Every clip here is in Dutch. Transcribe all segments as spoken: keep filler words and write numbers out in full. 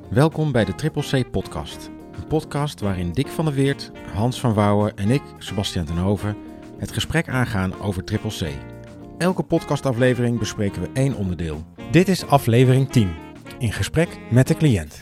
Welkom bij de Triple C podcast. Een podcast waarin Dick van der Weert, Hans van Wouwen en ik, Sebastian ten Hoven, het gesprek aangaan over Triple C. Elke podcastaflevering bespreken we één onderdeel. Dit is aflevering tien, in gesprek met de cliënt.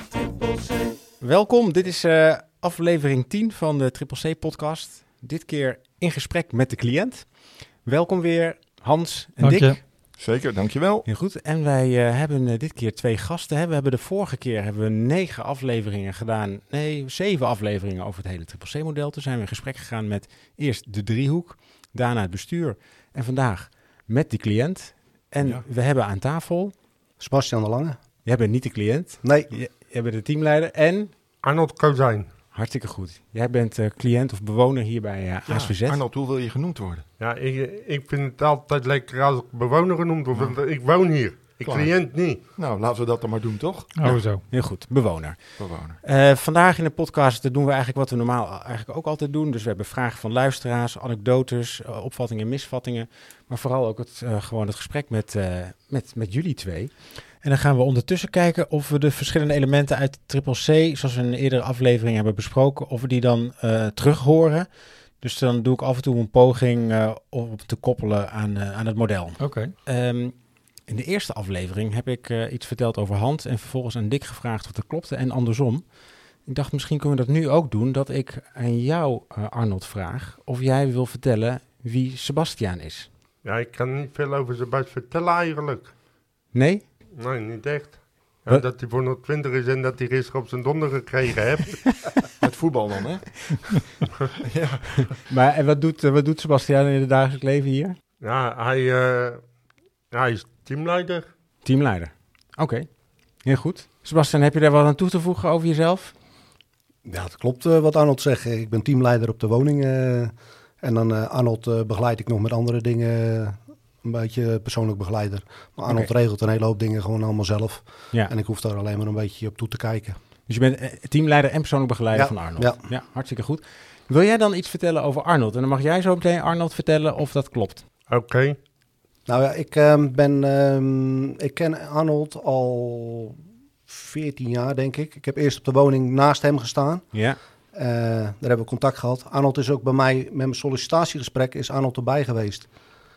Welkom, dit is uh, aflevering tien van de Triple C podcast. Dit keer in gesprek met de cliënt. Welkom weer, Hans en Dank Dick. Je. Zeker, dankjewel. Heel goed. En wij uh, hebben uh, dit keer twee gasten. Hè. We hebben de vorige keer hebben we negen afleveringen gedaan. Nee, zeven afleveringen over het hele Triple C-model. Toen zijn we in gesprek gegaan met eerst de driehoek, daarna het bestuur en vandaag met de cliënt. En ja. we hebben aan tafel Sebastian de Lange. Jij bent niet de cliënt. Nee. J- jij bent de teamleider en Arnold Kozijn. Hartstikke goed. Jij bent uh, cliënt of bewoner hier bij uh, Ja, A S V Z. Arnold, hoe wil je genoemd worden? Ja, ik, ik vind het altijd lekker als ik bewoner genoemd word, want ik woon hier. Ik Klaar. cliënt niet. Nou, laten we dat dan maar doen, toch? Oh, Ja. zo. Heel goed, bewoner. Bewoner. Uh, vandaag in de podcast doen we eigenlijk wat we normaal eigenlijk ook altijd doen. Dus we hebben vragen van luisteraars, anekdotes, uh, opvattingen en misvattingen. Maar vooral ook het, uh, gewoon het gesprek met, uh, met, met jullie twee. En dan gaan we ondertussen kijken of we de verschillende elementen uit Triple C, zoals we in een eerdere aflevering hebben besproken, of we die dan uh, terug horen. Dus dan doe ik af en toe een poging uh, om te koppelen aan, uh, aan het model. Oké. Okay. Um, in de eerste aflevering heb ik uh, iets verteld over Hans en vervolgens aan Dick gevraagd of dat klopte en andersom. Ik dacht, misschien kunnen we dat nu ook doen, dat ik aan jou, uh, Arnold, vraag of jij wil vertellen wie Sebastian is. Ja, ik kan niet veel over Sebastian vertellen eigenlijk. Nee? Nee, niet echt. Ja, dat hij voor honderdtwintig is en dat hij gisteren op zijn donder gekregen heeft. Met voetbal dan, hè? ja. Maar en wat doet, uh, wat doet Sebastian in het dagelijks leven hier? Ja, hij, uh, ja, hij is teamleider. Teamleider, oké. Okay. Heel goed. Sebastian, heb je daar wat aan toe te voegen over jezelf? Ja, het klopt uh, wat Arnold zegt. Ik ben teamleider op de woning. Uh, en dan uh, Arnold uh, begeleid ik nog met andere dingen. Uh, een beetje persoonlijk begeleider. Maar Arnold okay. regelt een hele hoop dingen gewoon allemaal zelf. Ja. En ik hoef daar alleen maar een beetje op toe te kijken. Dus je bent uh, teamleider en persoonlijk begeleider ja. van Arnold? Ja. ja, hartstikke goed. Wil jij dan iets vertellen over Arnold? En dan mag jij zo meteen Arnold vertellen of dat klopt. Oké. Okay. Nou ja, ik uh, ben... Uh, ik ken Arnold al veertien jaar, denk ik. Ik heb eerst op de woning naast hem gestaan. Ja. Uh, daar hebben we contact gehad. Arnold is ook bij mij, met mijn sollicitatiegesprek, is Arnold erbij geweest.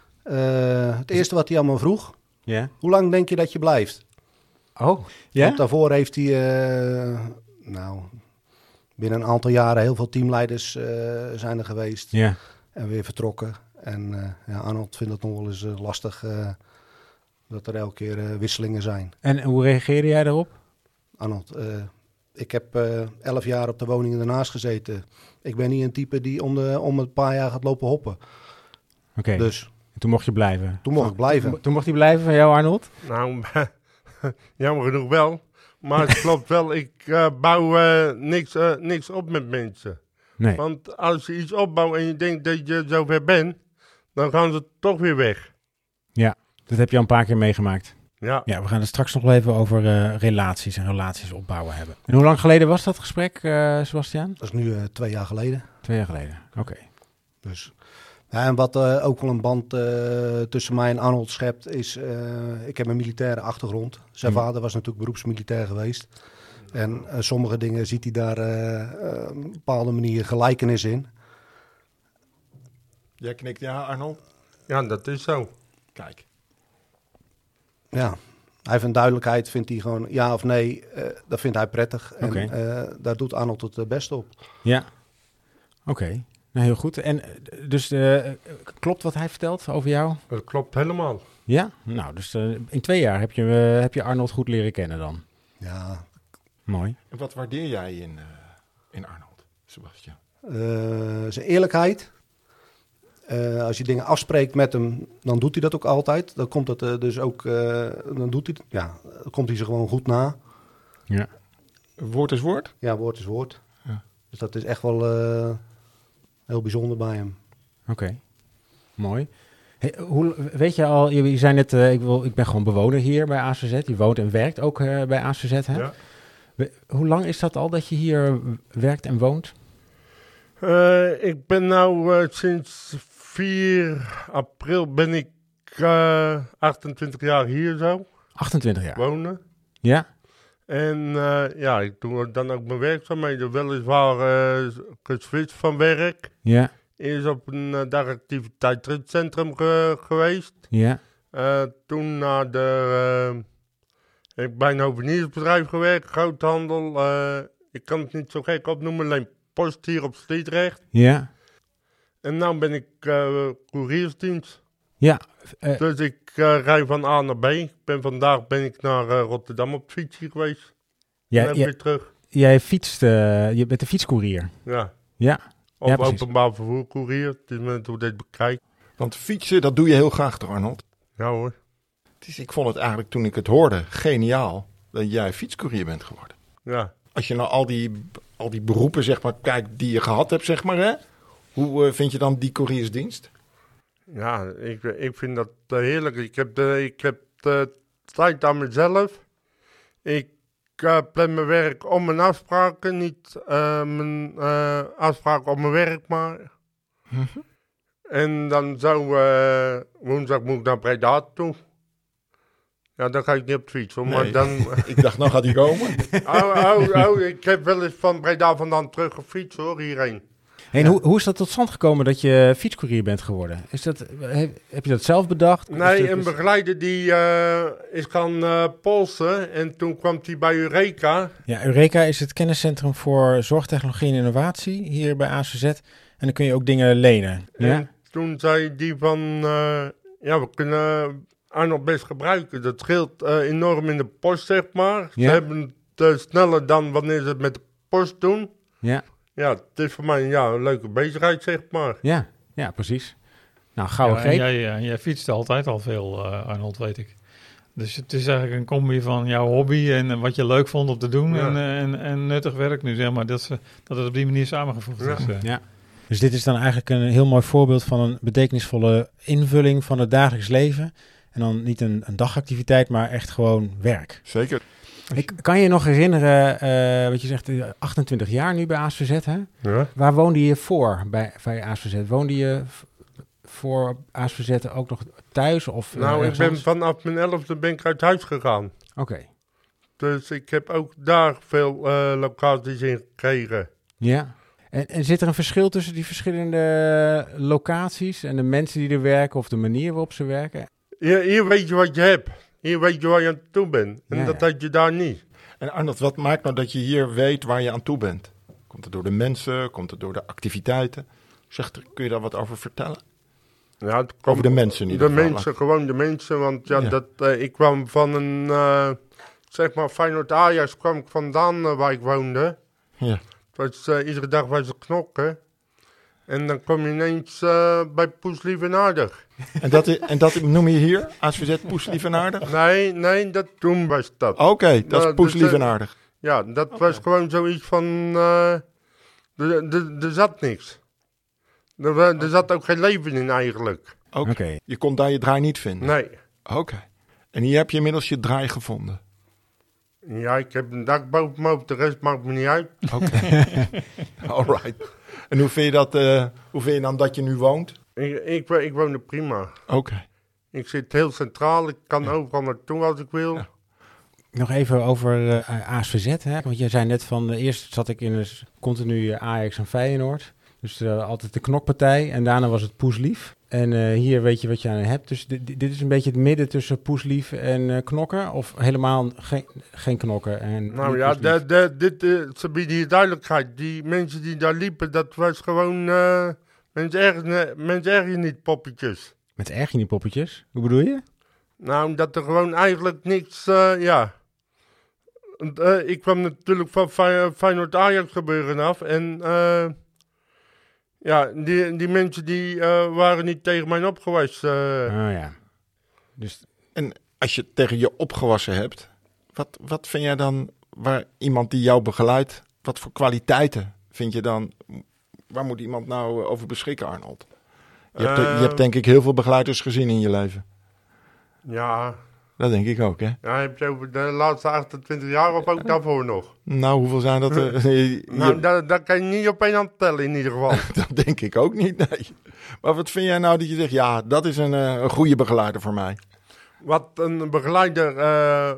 Uh, het eerste wat hij aan me vroeg, ja. Hoe lang denk je dat je blijft? Oh, ja? Want daarvoor heeft hij, uh, nou, binnen een aantal jaren heel veel teamleiders uh, zijn er geweest. Ja. En weer vertrokken. En uh, ja, Arnold vindt het nog wel eens uh, lastig uh, dat er elke keer uh, wisselingen zijn. En hoe reageerde jij daarop? Arnold, uh, ik heb uh, elf jaar op de woning ernaast gezeten. Ik ben niet een type die om, de, om een paar jaar gaat lopen hoppen. Oké. Okay. Dus... Toen mocht je blijven? Toen mocht ik blijven. Toen, toen mocht hij blijven van jou, Arnold? Nou, jammer genoeg wel. Maar het klopt wel, ik uh, bouw uh, niks, uh, niks op met mensen. Nee. Want als je iets opbouwt en je denkt dat je zover bent, dan gaan ze toch weer weg. Ja, dat heb je al een paar keer meegemaakt. Ja. Ja, we gaan het straks nog wel even over uh, relaties en relaties opbouwen hebben. En hoe lang geleden was dat gesprek, uh, Sebastian? Dat is nu uh, twee jaar geleden. Twee jaar geleden, oké. Okay. Dus... Ja, en wat uh, ook wel een band uh, tussen mij en Arnold schept is, uh, ik heb een militaire achtergrond. Zijn mm. vader was natuurlijk beroepsmilitair geweest. En uh, sommige dingen ziet hij daar uh, uh, op een bepaalde manier gelijkenis in. Jij knikt ja, Arnold? Ja, dat is zo. Kijk. Ja, hij heeft een duidelijkheid, vindt hij gewoon ja of nee, uh, dat vindt hij prettig. Okay. En uh, daar doet Arnold het uh, best op. Ja, oké. Okay. Nou, heel goed. En dus uh, klopt wat hij vertelt over jou? Dat klopt helemaal. Ja? Nou, dus uh, in twee jaar heb je, uh, heb je Arnold goed leren kennen dan? Ja. Mooi. En wat waardeer jij in, uh, in Arnold, Sebastian? Uh, zijn eerlijkheid. Uh, als je dingen afspreekt met hem, dan doet hij dat ook altijd. Dan komt het uh, dus ook, uh, dan doet hij, ja, dan komt hij ze gewoon goed na. Ja. Woord is woord? Ja, woord is woord. Ja. Dus dat is echt wel uh, heel bijzonder bij hem. Oké, okay. Mooi. Hey, hoe, weet je al, je, je zei net, uh, ik, wil, ik ben gewoon bewoner hier bij A S V Z. Je woont en werkt ook uh, bij A S V Z, hè? Ja. We, hoe lang is dat al dat je hier werkt en woont? Uh, ik ben nou uh, sinds vier april ben ik uh, achtentwintig jaar hier zo. achtentwintig jaar? Wonen. Ja. En uh, ja, ik doe dan ook mijn werkzaamheden. Weliswaar uh, geswitcht van werk. Ja. Eerst op een uh, dagactiviteitscentrum ge- geweest. Ja. Uh, toen naar de... Uh, ik heb bij een hoveniersbedrijf gewerkt, groothandel. Uh, ik kan het niet zo gek opnoemen, alleen post hier op Sliedrecht. Ja. En nu ben ik uh, couriersdienst. Ja. Uh, Dus ik uh, rij van A naar B. Ik ben, vandaag ben ik naar uh, Rotterdam op fietsje geweest. ja, en dan ja, weer terug. Jij fietst, uh, je bent een fietscourier. Ja. Ja. Of Ja, precies. openbaar vervoer courier. Het is met hoe dit bekijkt. Want fietsen, dat doe je heel graag toch, Arnold? Ja hoor. Dus ik vond het eigenlijk, toen ik het hoorde, geniaal dat jij fietscourier bent geworden. Ja. Als je nou al die, al die beroepen, zeg maar, kijkt die je gehad hebt, zeg maar, hè? Hoe uh, vind je dan die couriersdienst? Ja, ik, ik vind dat uh, heerlijk. Ik heb, de, ik heb de tijd aan mezelf. Ik uh, plan mijn werk om mijn afspraken, niet uh, mijn uh, afspraken op mijn werk, maar. Mm-hmm. En dan zou uh, woensdag moet ik naar Breda toe. Ja, dan ga ik niet op het fietsen, Nee. maar dan... Ik dacht, nou gaat hij komen. oh, oh, oh, ik heb wel eens van Breda vandaan terug gefietst hoor, hierheen. Hey, en hoe, hoe is dat tot stand gekomen dat je fietscourier bent geworden? Is dat, heb, heb je dat zelf bedacht? Nee, Is dat- een is- begeleider die uh, is gaan uh, polsen en toen kwam hij bij Eureka. Ja, Eureka is het kenniscentrum voor zorgtechnologie en innovatie hier bij A S V Z. En dan kun je ook dingen lenen. Ja? En toen zei die van, uh, ja, we kunnen Arnold best gebruiken. Dat scheelt uh, enorm in de post, zeg maar. Ja. Ze hebben het uh, sneller dan wanneer ze het met de post doen. Ja, Ja, het is voor mij ja, een leuke bezigheid, zeg maar. ja, ja, precies. Nou, gouden Ja, en greep. jij, uh, jij fietst altijd al veel, uh, Arnold, weet ik. Dus het is eigenlijk een combi van jouw hobby en uh, wat je leuk vond om te doen Ja. en, uh, en, en nuttig werk nu, zeg maar. Dat, ze, dat het op die manier samengevoegd Ja. is. Uh. Ja. Dus dit is dan eigenlijk een heel mooi voorbeeld van een betekenisvolle invulling van het dagelijks leven. En dan niet een, een dagactiviteit, maar echt gewoon werk. Zeker. Ik kan je nog herinneren, uh, wat je zegt, uh, achtentwintig jaar nu bij A S V Z, hè? Ja. Waar woonde je voor bij, bij A S V Z? Woonde je v- voor A S V Z ook nog thuis? Of, uh, Nou, ik ergens ben anders? vanaf mijn elfde ben ik uit huis gegaan. Oké, Dus ik heb ook daar veel uh, locaties in gekregen. ja. En, en zit er een verschil tussen die verschillende locaties en de mensen die er werken of de manier waarop ze werken? Hier, hier weet je wat je hebt. Hier weet je waar je aan toe bent. En Ja, dat ja. had je daar niet. En Arnold, wat maakt nou dat je hier weet waar je aan toe bent? Komt het door de mensen? Komt het door de activiteiten? Zegt, kun je daar wat over vertellen? Ja, het Over de mensen in De ieder geval. mensen, gewoon de mensen. Want ja, Ja. Dat, uh, ik kwam van een, uh, zeg maar, Feyenoord Ajax kwam ik vandaan uh, waar ik woonde. Ja. Het was uh, iedere dag was ze knokken. En dan kom je ineens uh, bij Poes Lief en Aardig. En dat, i- en dat noem je hier, A S V Z, Poes Lief en Aardig? Nee, nee, dat, toen was dat. Oké, dat Nou, is Poes dus, Lief uh, en Aardig. Ja, dat Oké. was gewoon zoiets van, uh, er, er, er zat niks. Er, wa- er zat ook geen leven in eigenlijk. Oké. Oké. Je kon daar je draai niet vinden? Nee. Oké. En hier heb je inmiddels je draai gevonden? Ja, ik heb een dak boven me, de rest maakt me niet uit. Oké. Alright. En hoe vind je dat, uh, hoe vind je dan dat je nu woont? Ik, ik, ik woon er prima. Oké. Ik zit heel centraal, ik kan overal naartoe als ik wil. Ja. Nog even over uh, A S V Z, hè? Want jij zei net van, uh, eerst zat ik in een s- continu uh, Ajax en Feyenoord. Dus uh, altijd de knokpartij en daarna was het poeslief. En uh, hier weet je wat je aan hebt. Dus di- di- dit is een beetje het midden tussen poeslief en uh, knokken? Of helemaal geen, geen knokken? En Nou niet ja, poeslief? de, de, dit, uh, ze bieden hier duidelijkheid. Die mensen die daar liepen, dat was gewoon... Uh, mensen ergens mensen ergens niet poppetjes. Met erg in die poppetjes? Hoe bedoel je? Nou, dat er gewoon eigenlijk niks, uh, ja... Uh, ik kwam natuurlijk van Fey- Feyenoord Ajax gebeuren af. En uh, ja, die, die mensen die uh, waren niet tegen mij opgewassen. Uh. Oh ja. Dus En als je tegen je opgewassen hebt, wat, wat vind jij dan, waar iemand die jou begeleidt, wat voor kwaliteiten vind je dan, waar moet iemand nou over beschikken, Arnold? Je hebt, Uh, je hebt denk ik heel veel begeleiders gezien in je leven. Ja, Dat denk ik ook, hè? ja, heb je over de laatste achtentwintig jaar of ook daarvoor nog? Nou, hoeveel zijn dat? er? Je- Nou, dat, dat kan je niet op één hand tellen in ieder geval. dat denk ik ook niet, nee. Maar wat vind jij nou dat je zegt, ja, dat is een, eh, een goede begeleider voor mij? Wat een begeleider uh,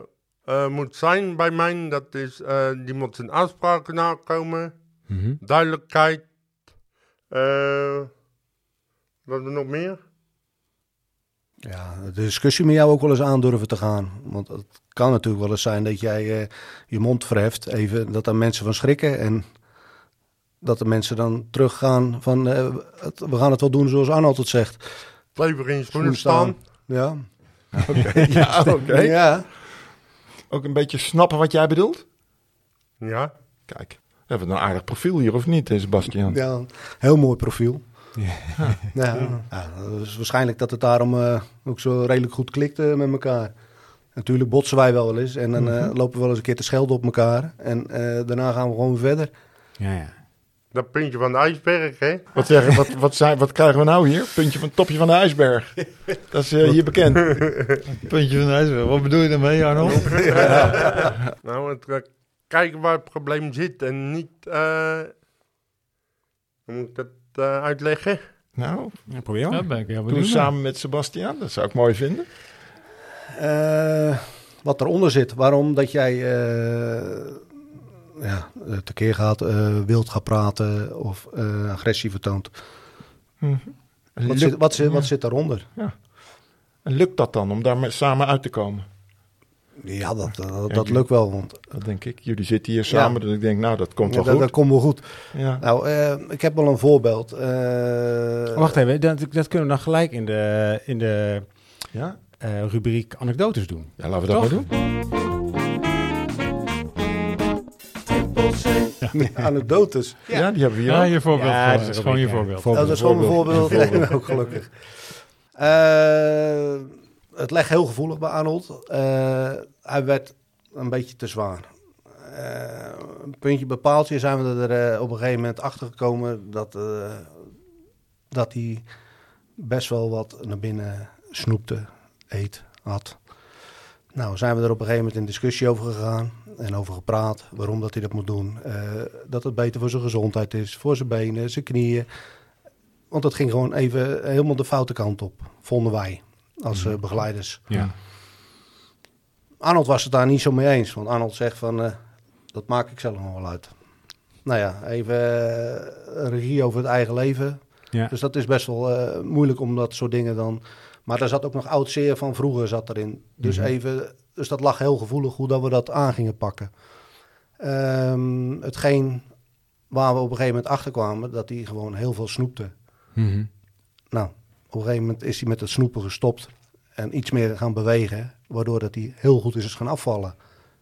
uh, moet zijn bij mij, dat is, uh, die moet zijn afspraken nakomen. Mm-hmm. Duidelijkheid. Uh, wat er nog meer? Ja, de discussie met jou ook wel eens aandurven te gaan. Want het kan natuurlijk wel eens zijn dat jij uh, je mond verheft, even dat er mensen van schrikken en dat de mensen dan teruggaan van uh, het, we gaan het wel doen zoals Arnold het zegt. Blijven in schoenen staan. Ja. Oké, okay. ja, oké. Okay. Ja. Ook een beetje snappen wat jij bedoelt? Ja. Kijk, we hebben een aardig profiel hier, of niet, Sebastian? Ja, een heel mooi profiel. Ja. Ja, ja, dus waarschijnlijk dat het daarom uh, ook zo redelijk goed klikt uh, met elkaar. Natuurlijk botsen wij wel eens en dan uh, mm-hmm. lopen we wel eens een keer te schelden op elkaar. En uh, daarna gaan we gewoon verder. Ja, ja. Dat puntje van de ijsberg, hè? Wat, zeggen, wat, wat, zijn, wat krijgen we nou hier? Puntje van het topje van de ijsberg. Dat is uh, hier bekend. Puntje van de ijsberg. Wat bedoel je daarmee, Arnold? Ja. Nou, het, uh, kijken waar het probleem zit en niet... Uh, hoe moet ik dat uh, uitleggen? Nou, ja, probeer maar. Ja, ben ik heel doe benieuwd. samen met Sebastian. Dat zou ik mooi vinden. Uh, wat eronder zit. Waarom dat jij... Uh, ja, tekeer gaat, uh, wild gaat praten of uh, agressie vertoont. Mm-hmm. Wat, Lukt, zit, wat, zit, ja. wat zit daaronder? Ja. En lukt dat dan om daar met, samen uit te komen? Ja, dat, uh, dat ja, lukt wel. Want, dat denk ik. Jullie zitten hier samen, ja. Dus ik denk, nou, dat komt ja, wel dat, goed. Dat komt wel goed. Ja. Nou, uh, ik heb wel een voorbeeld. Uh, Wacht even, dat, dat kunnen we dan gelijk in de, in de ja? uh, rubriek anekdotes doen. Ja, laten we dat Toch? maar doen. Ja. Anekdotes. Ja. ja, die hebben we hier. Ja, je voorbeeld. Ja, dat is gewoon je voorbeeld. Oh, dat is gewoon mijn voorbeeld. Ja, ook gelukkig. Uh, het ligt heel gevoelig bij Arnold. Uh, hij werd een beetje te zwaar. Uh, een puntje bepaaltje zijn we er uh, op een gegeven moment achter gekomen dat, uh, dat hij best wel wat naar binnen snoepte, eet, had. Nou, zijn we er op een gegeven moment in discussie over gegaan en over gepraat waarom dat hij dat moet doen. Uh, dat het beter voor zijn gezondheid is, voor zijn benen, zijn knieën. Want het ging gewoon even helemaal de foute kant op, vonden wij als uh, begeleiders. Ja. Arnold was het daar niet zo mee eens, want Arnold zegt van, uh, dat maak ik zelf nog wel uit. Nou ja, even uh, regie over het eigen leven. Ja. Dus dat is best wel uh, moeilijk om dat soort dingen dan... Maar daar zat ook nog oud zeer van vroeger zat erin. Dus, mm-hmm. even, dus dat lag heel gevoelig hoe dat we dat aan gingen pakken. Um, hetgeen waar we op een gegeven moment achter kwamen, dat hij gewoon heel veel snoepte. Mm-hmm. Nou, op een gegeven moment is hij met het snoepen gestopt en iets meer gaan bewegen, waardoor dat hij heel goed is gaan afvallen.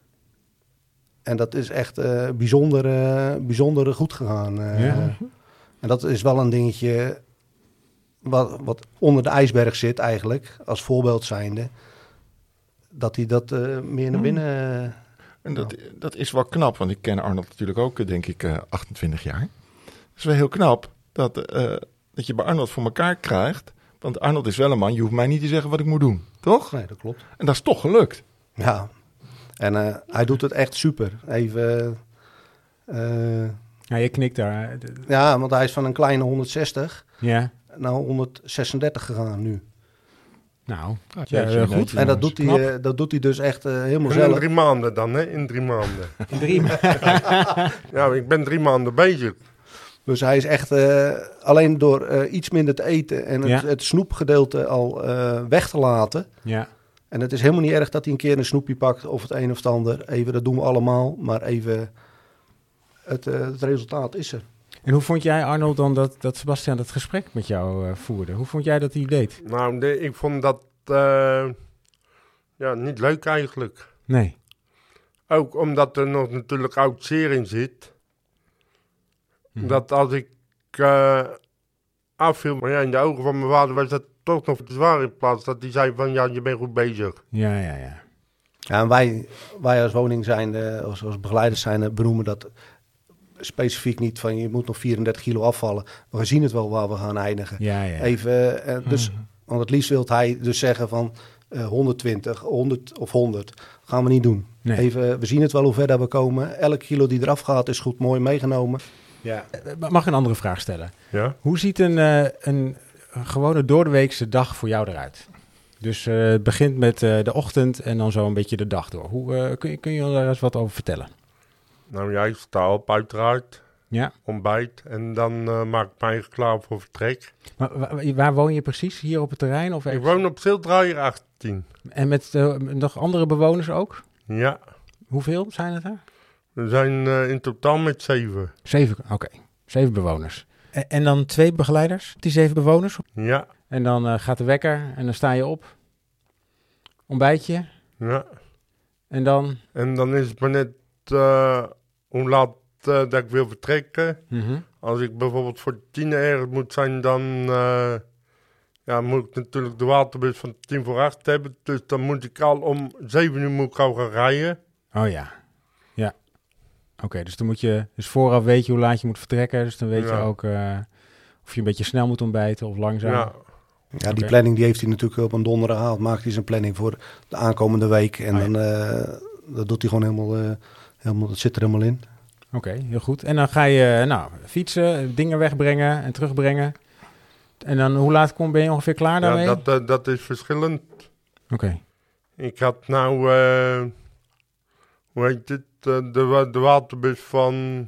En dat is echt uh, bijzonder, uh, bijzonder goed gegaan. Uh, ja. En dat is wel een dingetje... Wat, wat onder de ijsberg zit eigenlijk, als voorbeeld zijnde, dat hij dat uh, meer naar binnen... Uh, en dat, nou. dat is wel knap, want ik ken Arnold natuurlijk ook, denk ik, uh, achtentwintig jaar. Het is wel heel knap dat, uh, dat je bij Arnold voor elkaar krijgt, want Arnold is wel een man, je hoeft mij niet te zeggen wat ik moet doen, toch? Nee, dat klopt. En dat is toch gelukt. Ja, en uh, hij doet het echt super. Even... Uh, ja, je knikt daar. Ja, want hij is van een kleine honderdzestig... Ja. Nou, honderdzesendertig gegaan nu. Nou, ja, ja, goed. En dat doet, hij, uh, dat doet hij dus echt uh, helemaal zelf. In drie maanden dan, hè? In drie maanden. In drie maanden? Ja, ik ben drie maanden bezig. Dus hij is echt, uh, alleen door uh, iets minder te eten en het, ja. het snoepgedeelte al uh, weg te laten. Ja. En het is helemaal niet erg dat hij een keer een snoepje pakt of het een of het ander. Even, dat doen we allemaal. Maar even, het, uh, het resultaat is er. En hoe vond jij, Arnold, dan dat, dat Sebastian dat gesprek met jou uh, voerde? Hoe vond jij dat hij deed? Nou, de, ik vond dat uh, ja, niet leuk eigenlijk. Nee. Ook omdat er nog natuurlijk oud zeer in zit. Hm. Dat als ik uh, afviel, maar ja, in de ogen van mijn vader was dat toch nog te zwaar in plaats. Dat hij zei van, ja, je bent goed bezig. Ja, ja, ja. Ja, en wij, wij als woning zijnde, als, als begeleiders zijnde, benoemen dat... specifiek niet van je moet nog vierendertig kilo afvallen. We zien het wel waar we gaan eindigen. Ja, ja. Even, uh, dus, mm-hmm. Want het liefst wil hij dus zeggen van uh, honderdtwintig, honderd of honderd. Gaan we niet doen. Nee. Even, we zien het wel hoe ver dat we komen. Elk kilo die eraf gaat is goed mooi meegenomen. Ja. Mag ik een andere vraag stellen? Ja? Hoe ziet een, uh, een, een gewone doordeweekse dag voor jou eruit? Dus uh, het begint met uh, de ochtend en dan zo een beetje de dag door. Hoe, uh, kun, je, kun je daar eens wat over vertellen? Nou ja, ik sta op uiteraard. Ja. Ontbijt. En dan uh, maak ik mij klaar voor vertrek. Maar waar, waar woon je precies? Hier op het terrein? Of ik woon op Zildraaier achttien. En met uh, nog andere bewoners ook? Ja. Hoeveel zijn het er? We zijn uh, in totaal met zeven. Zeven, oké. Okay. Zeven bewoners. En, en dan twee begeleiders, die zeven bewoners? Ja. En dan uh, gaat de wekker en dan sta je op. Ontbijtje. Ja. En dan? En dan is het maar net uh, hoe laat uh, dat ik wil vertrekken. Mm-hmm. Als ik bijvoorbeeld voor tien ergens moet zijn, dan uh, ja, moet ik natuurlijk de waterbus van tien voor acht hebben. Dus dan moet ik al om zeven uur moet ik al gaan rijden. Oh ja. Ja. Oké, okay, dus dan moet je, dus vooraf weet je hoe laat je moet vertrekken. Dus dan weet ja. je ook uh, of je een beetje snel moet ontbijten of langzaam. Ja. Ja, die okay. planning die heeft hij natuurlijk op een donderdagavond. Maakt hij zijn planning voor de aankomende week. En oh, ja. dan uh, dat doet hij gewoon helemaal, uh, helemaal, dat zit er helemaal in. Oké, okay, heel goed. En dan ga je nou, fietsen, dingen wegbrengen en terugbrengen. En dan hoe laat kom, ben je ongeveer klaar daarmee? Ja, dat, uh, dat is verschillend. Oké. Okay. Ik had nou, uh, hoe heet het, uh, de, de waterbus van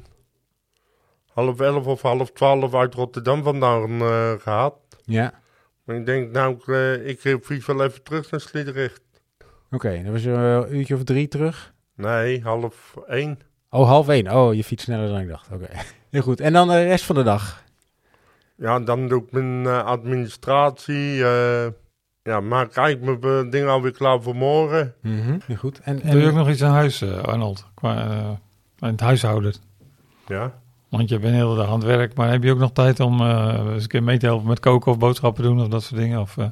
half elf of half twaalf uit Rotterdam vandaan uh, gehad. Ja. Maar ik denk, nou, uh, ik fiets wel even terug naar Sliedrecht. Oké, okay, dan was je een uurtje of drie terug? Nee, half één. Oh, half één. Oh, je fietst sneller dan ik dacht. Oké, okay. Heel goed. En dan de rest van de dag? Ja, dan doe ik mijn uh, administratie. Uh, ja, maak eigenlijk mijn uh, dingen alweer klaar voor morgen. Mm-hmm. Heel goed. En, en... Doe je ook nog iets aan huis, uh, Arnold? Qua uh, aan het huishouden? Ja. Want je bent de hele dag aan het werk, maar heb je ook nog tijd om uh, eens een keer mee te helpen met koken of boodschappen doen of dat soort dingen? Of, uh...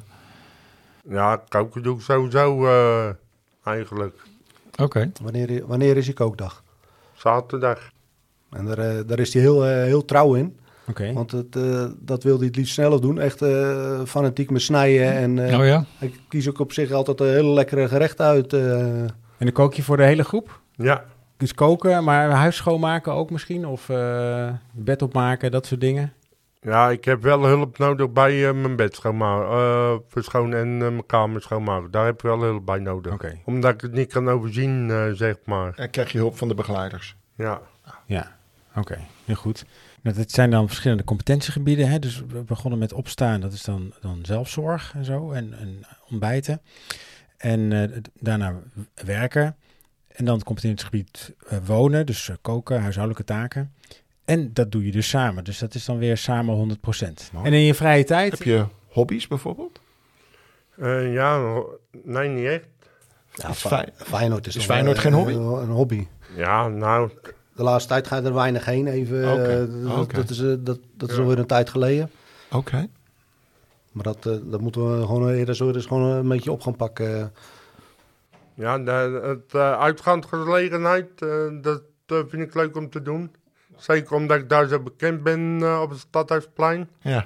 Ja, koken doe ik sowieso uh, eigenlijk. Oké. Okay. Wanneer, wanneer is je kookdag? Zaterdag. En daar, uh, daar is hij heel, uh, heel trouw in. Okay. Want het, uh, dat wil hij het liefst sneller doen. Echt uh, fanatiek met snijden. En uh, oh ja? hij kiest ook op zich altijd een hele lekkere gerecht uit. Uh. En dan kook je voor de hele groep? Ja. Dus koken, maar huis schoonmaken ook misschien? Of uh, bed opmaken, dat soort dingen? Ja, ik heb wel hulp nodig bij uh, mijn bed schoonmaken. Uh, verschonen en uh, mijn kamer schoonmaken. Daar heb ik wel hulp bij nodig. Okay. Omdat ik het niet kan overzien, uh, zeg maar. En krijg je hulp van de begeleiders? Ja. Ja, oké. Okay. Heel goed. Nou, dat zijn dan verschillende competentiegebieden. Hè? Dus we begonnen met opstaan. Dat is dan, dan zelfzorg en zo. En, en ontbijten. En uh, daarna werken. En dan het competentiegebied uh, wonen. Dus uh, koken, huishoudelijke taken. En dat doe je dus samen. Dus dat is dan weer samen honderd procent. En in je vrije tijd... Heb je hobby's bijvoorbeeld? Uh, ja, nee, niet echt. Ja, Fey- Feyenoord is, is Feyenoord uh, geen hobby? Een hobby. Ja, nou... De laatste tijd gaat er weinig heen. Even, okay. uh, dat, okay. dat is, uh, dat, dat is ja. alweer een tijd geleden. Oké. Okay. Maar dat, uh, dat moeten we gewoon eerder zo dus gewoon een beetje op gaan pakken. Ja, de, het uh, uitgaansgelegenheid, uh, dat uh, vind ik leuk om te doen. Zeker omdat ik daar zo bekend ben uh, op het Stadhuisplein. Ja.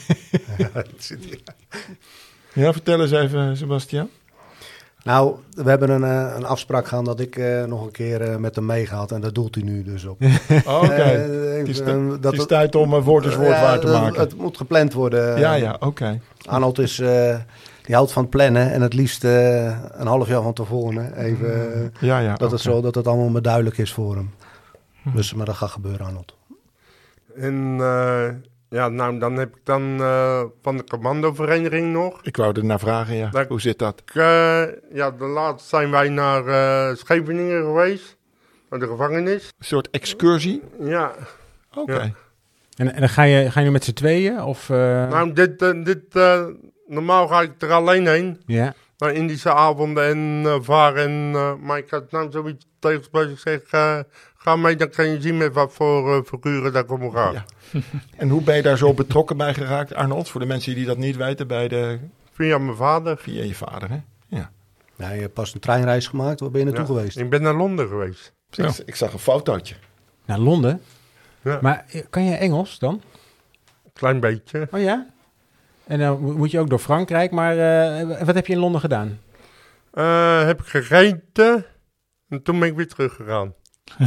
Ja, vertel eens even, Sebastian. Nou, we hebben een, uh, een afspraak gehad dat ik uh, nog een keer uh, met hem meegaat. En daar doelt hij nu dus op. Oh, oké. Okay. Uh, het is, uh, het is tijd om een woord is woord uh, waar te uh, maken. Het moet gepland worden. Ja, ja, oké. Okay. Arnold is... Uh, die houdt van het plannen en het liefst uh, een half jaar van tevoren. Even, uh, ja, ja, dat, okay. het zo, dat het allemaal maar duidelijk is voor hem. Hm. Dus, maar dat gaat gebeuren, Arnold. En uh, ja, nou, dan heb ik dan uh, van de commandovereniging nog. Ik wou er naar vragen, ja. Dat, Hoe zit dat? Ik, uh, ja, de laatste zijn wij naar uh, Scheveningen geweest. Naar de gevangenis. Een soort excursie? Ja. Oké. Okay. Ja. En, en dan ga je, ga je nu met z'n tweeën? Of, uh... Nou, dit... Uh, dit uh, normaal ga ik er alleen heen. Ja. Naar Indische avonden en uh, varen. En, uh, maar ik had nou zoiets tegenspreekt. Ik zeg, uh, ga mee, dan kan je zien met wat voor uh, figuren dat ik om ga. Ja. En hoe ben je daar zo betrokken bij geraakt, Arnold? Voor de mensen die dat niet weten, bij de... Via mijn vader. Via je vader, hè? Ja. Ja, je hebt pas een treinreis gemaakt. Waar ben je naartoe ja. geweest? Ik ben naar Londen geweest. Ja. Ik, ik zag een fotootje. Naar Londen? Ja. Maar kan je Engels dan? Klein beetje. Oh ja? En dan moet je ook door Frankrijk, maar uh, wat heb je in Londen gedaan? Uh, heb ik gegeten en toen ben ik weer teruggegaan.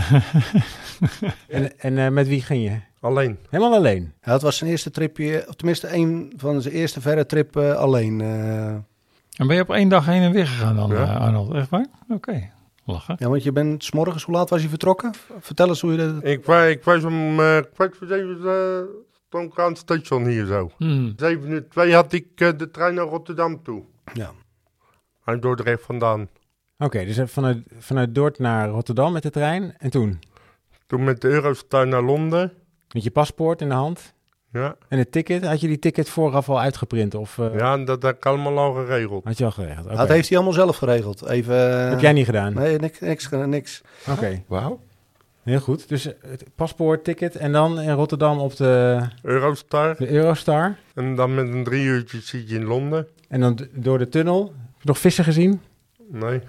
en en uh, met wie ging je? Alleen. Helemaal alleen? Ja, dat was zijn eerste tripje, of tenminste een van zijn eerste verre trip uh, alleen. Uh, En ben je op één dag heen en weer gegaan dan, Ja. uh, Arnold? Echt waar? Oké, okay. Lachen. Ja, want je bent 's morgens, hoe laat was je vertrokken? Vertel eens hoe je dat... Ik, wa- ik was om uh, kwart voor zeven uh, stond ik aan het station hier zo. Hmm. Zeven uur twee had ik uh, de trein naar Rotterdam toe. Ja. Uit Dordrecht vandaan. Oké, okay, dus vanuit, vanuit Dort naar Rotterdam met de trein. En toen? Toen met de Eurostar naar Londen. Met je paspoort in de hand. Ja, En het ticket? Had je die ticket vooraf al uitgeprint? Of uh, ja en dat heb ik allemaal al geregeld. had je al geregeld? Okay. Dat heeft hij allemaal zelf geregeld. Even, uh, Heb jij niet gedaan? Nee, niks. niks, niks. Oké, okay. Wauw. Heel goed. Dus uh, het paspoort, ticket en dan in Rotterdam op de, Eurostar. de Eurostar. En dan met een drie uurtjes zit je in Londen. En dan d- door de tunnel. Heb je nog vissen gezien? Nee.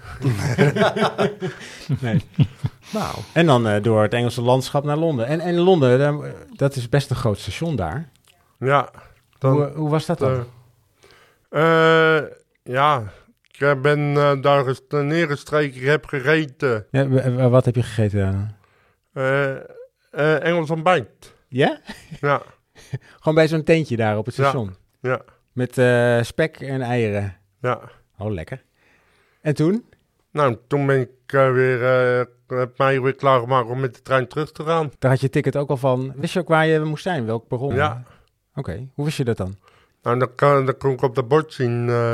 Nee. Nou. En dan uh, door het Engelse landschap naar Londen. En, en Londen, daar, dat is best een groot station daar. Ja. Dan, hoe, hoe was dat dan? Uh, uh, ja, ik ben uh, daar eens neergestreken. Ik heb gegeten. Ja, w- wat heb je gegeten dan? Uh, uh, Engels ontbijt. Ja? Ja. Gewoon bij zo'n tentje daar op het station? Ja. ja. Met uh, spek en eieren? Ja. Oh, lekker. En toen? Nou, toen ben ik uh, weer, uh, heb mij weer klaargemaakt om met de trein terug te gaan. Daar had je ticket ook al van. Wist je ook waar je moest zijn? Welk perron? Ja. Oké, okay. Hoe wist je dat dan? Nou, dan, kan, dan kon ik op de bord zien. Uh...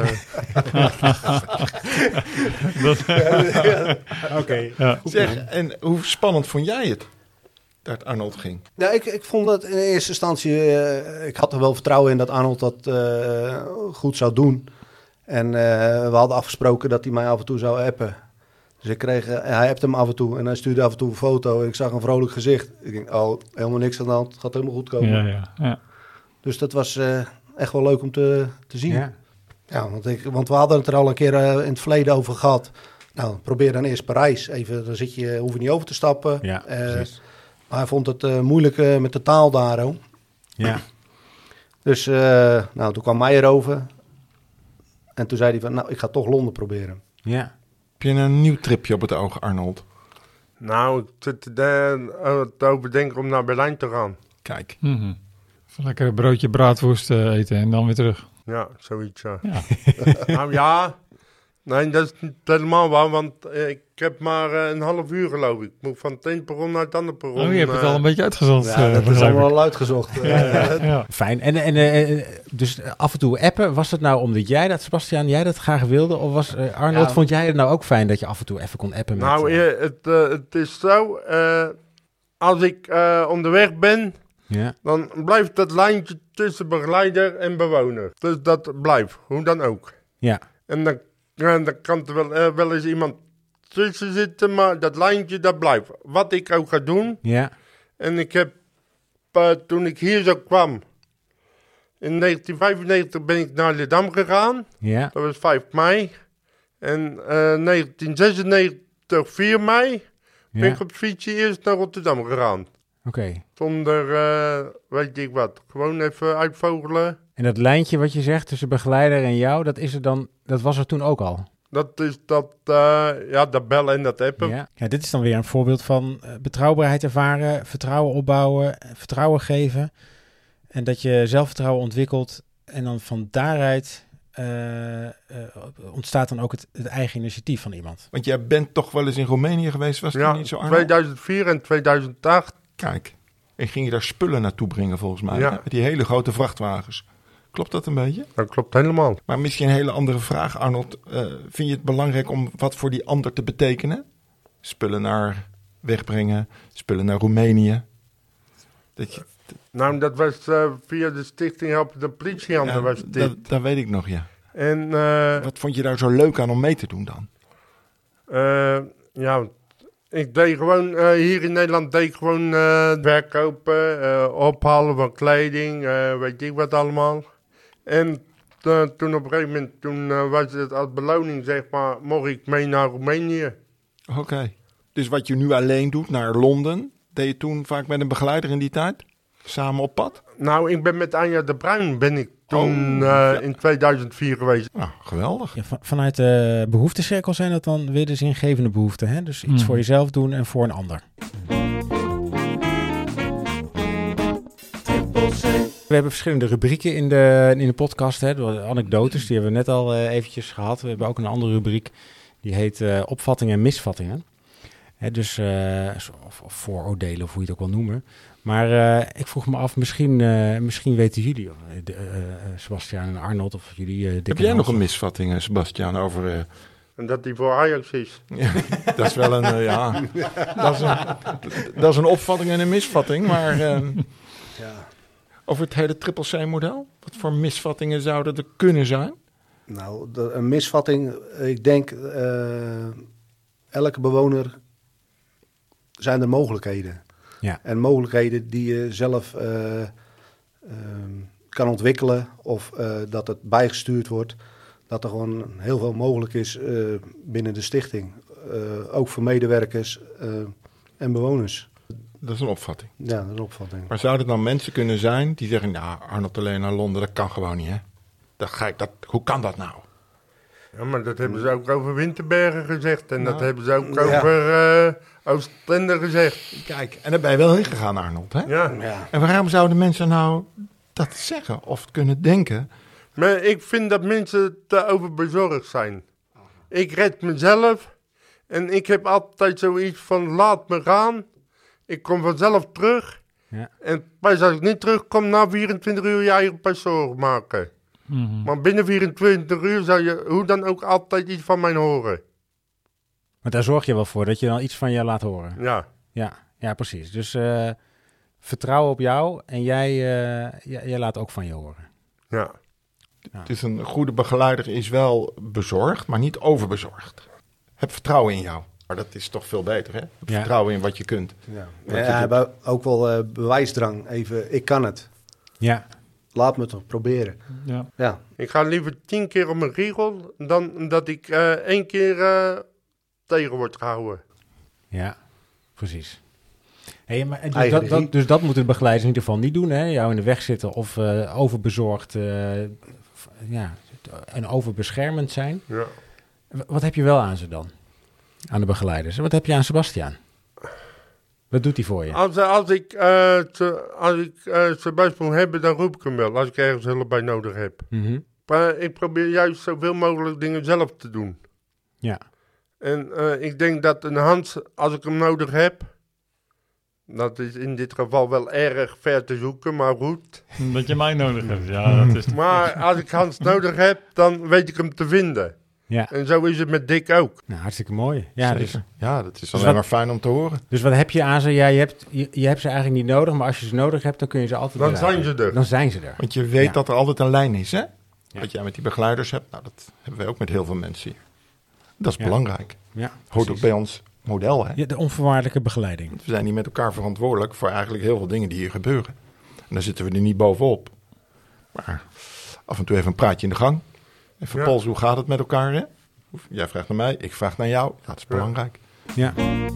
Oké. Okay. Ja. Zeg, en hoe spannend vond jij het dat Arnold ging? Ja, ik, ik vond dat in eerste instantie... Uh, ik had er wel vertrouwen in dat Arnold dat uh, goed zou doen. En uh, we hadden afgesproken dat hij mij af en toe zou appen. Dus ik kreeg, uh, hij appte hem af en toe en hij stuurde af en toe een foto. En ik zag een vrolijk gezicht. Ik denk, oh, helemaal niks aan de hand. Het gaat helemaal goed komen. Ja, ja, ja. Dus dat was uh, echt wel leuk om te, te zien. Ja. Ja, want, ik, want we hadden het er al een keer uh, in het verleden over gehad. Nou, probeer dan eerst Parijs. Even, dan zit je, hoef je niet over te stappen. Ja, uh, precies. maar hij vond het uh, moeilijk uh, met de taal daar. Hoor. Ja. Dus uh, nou, toen kwam Meijer over. En toen zei hij van, nou, ik ga toch Londen proberen. Ja. Heb je een nieuw tripje op het oog, Arnold? Nou, ik zit er te overdenken om naar Berlijn te gaan. Kijk. Mm-hmm. Lekker een broodje braadworst uh, eten en dan weer terug. Ja, zoiets, ja. Ja. Nou ja, nee, dat is niet helemaal waar, want uh, ik heb maar uh, een half uur geloof ik. Ik moet van het ene perron naar het andere perron. Oh, je hebt het uh, al een beetje uitgezocht. Ja, uh, dat is begrijp ik. allemaal al uitgezocht. Ja, ja, ja. Fijn. En, en uh, dus af en toe appen, was het nou omdat jij dat, Sebastiaan, jij dat graag wilde? Of was uh, Arnold, Ja. vond jij het nou ook fijn dat je af en toe even kon appen? Met, Nou, uh, uh, het, uh, het is zo, uh, als ik uh, onderweg ben, ja. dan blijft dat lijntje tussen begeleider en bewoner. Dus dat blijft, hoe dan ook. Ja. En dan, ja, dan kan er wel, uh, wel eens iemand tussen zitten, maar dat lijntje, dat blijft. Wat ik ook ga doen. Ja. En ik heb, uh, toen ik hier zo kwam, in negentien vijfennegentig ben ik naar Leerdam gegaan. Ja. Dat was vijf mei. En uh, negentien zesennegentig, vier mei, ben Ja. ik op het fietsje eerst naar Rotterdam gegaan. Oké. Okay. Zonder, uh, weet ik wat, gewoon even uitvogelen. En dat lijntje wat je zegt tussen begeleider en jou, dat is er dan, dat was er toen ook al? Dat is dat, uh, ja, dat bellen en dat appen. Ja. Ja, dit is dan weer een voorbeeld van uh, betrouwbaarheid ervaren, vertrouwen opbouwen, vertrouwen geven. En dat je zelfvertrouwen ontwikkelt en dan van daaruit uh, uh, ontstaat dan ook het, het eigen initiatief van iemand. Want jij bent toch wel eens in Roemenië geweest, was het Ja, niet zo, Arnold? tweeduizend vier en tweeduizend acht. Kijk, en ging je daar spullen naartoe brengen volgens mij, Ja. hè? Met die hele grote vrachtwagens. Klopt dat een beetje? Dat klopt helemaal. Maar misschien een hele andere vraag, Arnold. Uh, vind je het belangrijk om wat voor die ander te betekenen? Spullen naar wegbrengen, spullen naar Roemenië. Dat je, Nou, dat was uh, via de stichting Helpen de Politiehandel ja, was dit. dat, dat weet ik nog, ja. En uh, Wat vond je daar zo leuk aan om mee te doen dan? uh, ja, ik deed gewoon, uh, hier in Nederland deed ik gewoon uh, verkopen, uh, ophalen van kleding, uh, weet ik wat allemaal. En uh, toen op een gegeven moment, toen uh, was het als beloning, zeg maar, mocht ik mee naar Roemenië. Oké. Okay. Dus wat je nu alleen doet, naar Londen, deed je toen vaak met een begeleider in die tijd? Samen op pad? Nou, ik ben met Anja de Bruin, ben ik toen Oh, uh, ja. in tweeduizend vier geweest. Nou, geweldig. Ja, van, vanuit de behoeftecirkel zijn dat dan weer de zingevende behoeften. Hè? Dus iets Hmm. voor jezelf doen en voor een ander. Triple C. We hebben verschillende rubrieken in de, in de podcast. Hè. De anekdotes, die hebben we net al uh, eventjes gehad. We hebben ook een andere rubriek, die heet uh, opvattingen en misvattingen. Hè, dus, uh, of, of vooroordelen, of hoe je het ook wil noemen. Maar uh, ik vroeg me af, misschien, uh, misschien weten jullie, uh, uh, Sebastiaan en Arnold, of jullie... Uh, Heb jij nog een misvatting, Sebastiaan, over... Uh... En dat die voor Ajax is. Ja, dat is wel een, uh, ja, dat is een, dat is een opvatting en een misvatting, maar... Uh, Ja. Over het hele triple C-model? Wat voor misvattingen zouden er kunnen zijn? Nou, de, een misvatting, ik denk, uh, elke bewoner zijn er mogelijkheden. Ja. En mogelijkheden die je zelf uh, uh, kan ontwikkelen of uh, dat het bijgestuurd wordt. Dat er gewoon heel veel mogelijk is uh, binnen de stichting. Uh, ook voor medewerkers uh, en bewoners. Dat is een opvatting. Ja, dat is een opvatting. Maar zouden er dan mensen kunnen zijn die zeggen... nou, Arnold alleen naar Londen, dat kan gewoon niet, hè? Dat ga ik, dat, hoe kan dat nou? Ja, maar dat hebben ze ook over Winterbergen gezegd. En Nou, dat hebben ze ook ja. over uh, Oostende gezegd. Kijk, en daar ben je wel heen gegaan, Arnold, hè? Ja. Ja. En waarom zouden mensen nou dat zeggen of kunnen denken? Maar ik vind dat mensen te overbezorgd zijn. Ik red mezelf. En ik heb altijd zoiets van, laat me gaan. Ik kom vanzelf terug. Ja. En pas als ik niet terugkom, na vierentwintig uur je eigen pas zorgen maken. Mm-hmm. Maar binnen vierentwintig uur zou je hoe dan ook altijd iets van mij horen. Maar daar zorg je wel voor, dat je dan iets van je laat horen. Ja. Ja, ja precies. Dus uh, vertrouwen op jou en jij, uh, jij, jij laat ook van je horen. Ja. Ja. Dus een goede begeleider is wel bezorgd, maar niet overbezorgd. Heb vertrouwen in jou. Maar dat is toch veel beter, hè? Heb Ja. vertrouwen in wat je kunt. Ja. Wat Ja, je we doet. hebben ook wel uh, bewijsdrang. Even, ik kan het. Ja, Laat me het toch proberen. Ja. Ja, Ik ga liever tien keer op mijn riegel dan dat ik uh, één keer uh, tegen word gehouden. ja, precies. Hey, maar, dus, Eigen dat, regie. dat, dus dat moeten begeleiders in ieder geval niet doen, hè? Jou in de weg zitten of uh, overbezorgd, uh, f- ja, en overbeschermend zijn. Ja. W- wat heb je wel aan ze dan? Aan de begeleiders. Wat heb je aan Sebastiaan? Wat doet hij voor je? Als, als ik, uh, te, als ik uh, zijn buis moet hebben, dan roep ik hem wel. Als ik ergens hulp bij nodig heb. Mm-hmm. Maar ik probeer juist zoveel mogelijk dingen zelf te doen. Ja, En uh, ik denk dat een Hans, als ik hem nodig heb... Dat is in dit geval wel erg ver te zoeken, maar goed. Dat je mij nodig hebt. Ja, dat is... Maar als ik Hans nodig heb, dan weet ik hem te vinden. ja. En zo is het met Dick ook. Nou, hartstikke mooi. Ja, Zeker. dus, Ja, dat is Dus alleen wat- maar fijn om te horen. dus wat heb je aan ze? Ja, je, hebt, je, je hebt ze eigenlijk niet nodig, maar als je ze nodig hebt, dan kun je ze altijd Dan bereiken. zijn ze er. Dan zijn ze er. Want je weet Ja. dat er altijd een lijn is, hè? Ja. Wat jij met die begeleiders hebt, nou, dat hebben wij ook met heel veel mensen hier. Dat is Ja. belangrijk. Ja, Hoort ook precies. bij ons model, hè? Ja, de onvoorwaardelijke begeleiding. We zijn hier met elkaar verantwoordelijk voor eigenlijk heel veel dingen die hier gebeuren. En dan zitten we er niet bovenop. Maar af en toe even een praatje in de gang. Even Ja. polsen, hoe gaat het met elkaar, hè? Jij vraagt naar mij, ik vraag naar jou. Dat is belangrijk. Ja.